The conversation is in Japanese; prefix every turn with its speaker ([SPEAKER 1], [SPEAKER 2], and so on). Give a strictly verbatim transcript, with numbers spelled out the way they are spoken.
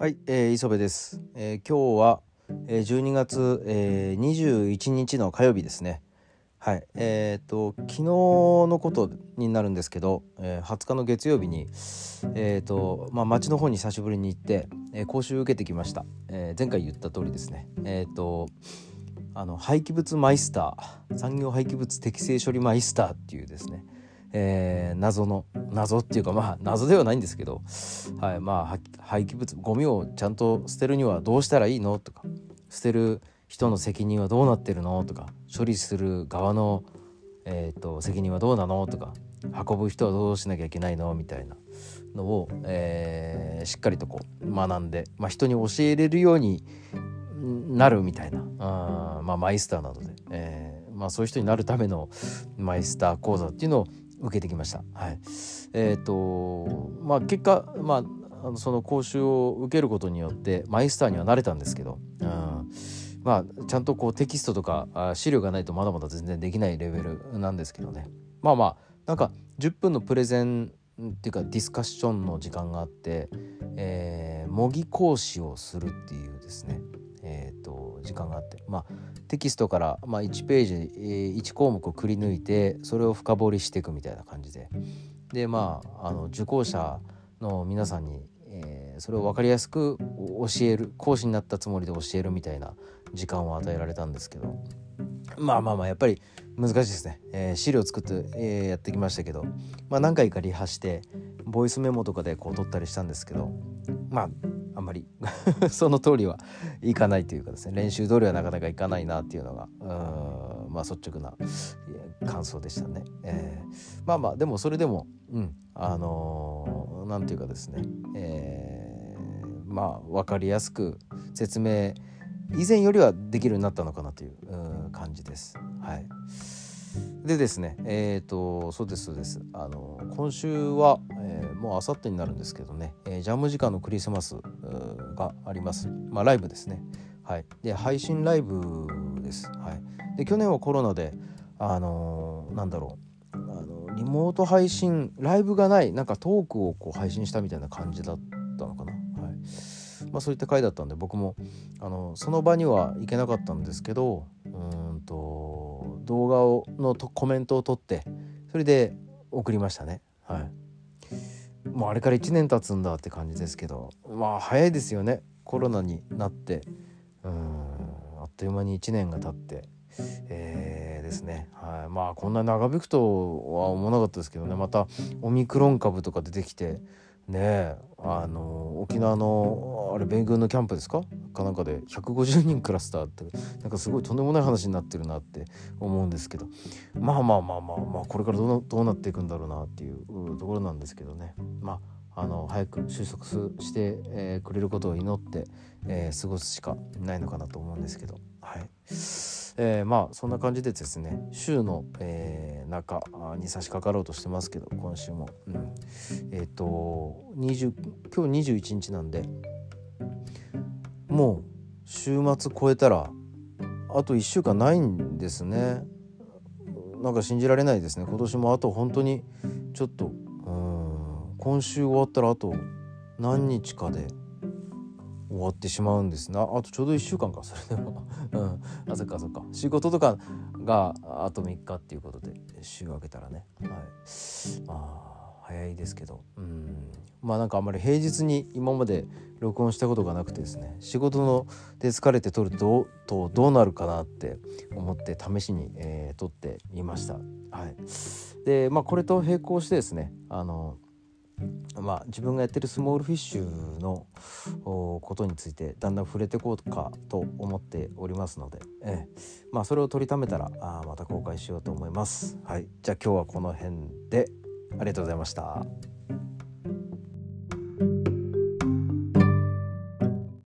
[SPEAKER 1] はい、えー、磯部です、えー、今日は、えー、じゅうにがつ、えー、にじゅういちにちの火曜日ですね。はい、えー、と昨日のことになるんですけど、えー、はつかの月曜日に、えーとまあ、町の方に久しぶりに行って、えー、講習受けてきました。えー、前回言った通りですね、えー、とあの廃棄物マイスター、産業廃棄物適正処理マイスターっていうですね、えー、謎の謎っていうかまあ謎ではないんですけど、はい、まあ廃棄物ゴミをちゃんと捨てるにはどうしたらいいのとか、捨てる人の責任はどうなってるのとか、処理する側の、えー、と責任はどうなのとか、運ぶ人はどうしなきゃいけないのみたいなのを、えー、しっかりとこう学んで、まあ、人に教えれるようになるみたいな、あまあマイスターなどで、えーまあ、そういう人になるためのマイスター講座っていうのを受けてきました。はい、えっ、ー、とまあ結果、まああのその講習を受けることによってマイスターにはなれたんですけど、うん、まあちゃんとこうテキストとかあ資料がないとまだまだ全然できないレベルなんですけどね。まあまあなんかじゅっぷんのプレゼンっていうかディスカッションの時間があって、えー、模擬講師をするっていうですね、えー、と時間があって、まあ、テキストから、まあ、いちページ、えー、いち項目をくり抜いてそれを深掘りしていくみたいな感じで、でまあ、あの受講者の皆さんに、えー、それを分かりやすく教える、講師になったつもりで教えるみたいな時間を与えられたんですけど、まあまあまあやっぱり難しいですね。えー、資料作って、えー、やってきましたけど、まあ、何回かリハしてボイスメモとかでこう撮ったりしたんですけど、まああんまりその通りはいかないというかですね、練習通りはなかなかいかないなっていうのがうーんまあ率直な感想でしたね。えー、まあまあでもそれでもうんあのー、なんていうかですね、えー、まあ分かりやすく説明以前よりはできるようになったのかなという感じです。はい。でですね、えっとそうですそうです。あの今週は、えー、もう明後日になるんですけどね、えー、ジャム時間のクリスマスがあります。まあライブですね。はい。で配信ライブです。はい。で去年はコロナであのー、なんだろうあのリモート配信ライブがないなんかトークをこう配信したみたいな感じだったのかな。はい。まあ、そういった回だったんで僕もあのその場には行けなかったんですけど、うーんと動画をのとコメントを取ってそれで送りましたね。はい。もうあれからいちねん経つんだって感じですけど、まあ早いですよね。コロナになってうーんあっという間にいちねんが経って、えー、ですね。はい。まあこんな長引くとは思わなかったですけどね。またオミクロン株とか出てきてねえ、あの沖縄のあれ米軍のキャンプですかかなんかでひゃくごじゅうにんクラスターってなんかすごいとんでもない話になってるなって思うんですけど、まあまあまあまあまあこれからどう どうなっていくんだろうなっていうところなんですけどね。まああの早く収束して、えー、くれることを祈って、えー、過ごすしかないのかなと思うんですけど、はい。えー、まあそんな感じでですね、週の、えー、中に差し掛かろうとしてますけど今週も、うん、えっ、ー、とにじゅう今日にじゅういちにちなんでもう週末超えたらあといっしゅうかんないんですね。なんか信じられないですね。今年もあと本当にちょっとうーん今週終わったらあと何日かで終わってしまうんですな。あとちょうどいっしゅうかんかそれでもうん、あそっかそっか仕事とかがあとみっかっていうことで週明けたらね、はい、あ早いですけど、うんまあなんかあんまり平日に今まで録音したことがなくてですね、仕事ので疲れて撮るとどう、どうなるかなって思って試しに、えー、撮ってみました。はい。でまあこれと並行してですね、あのまあ、自分がやってるスモールフィッシュのことについてだんだん触れていこうかと思っておりますので、ええ、まあそれを取りためたらあまた公開しようと思います。はい、じゃあ今日はこの辺でありがとうございました。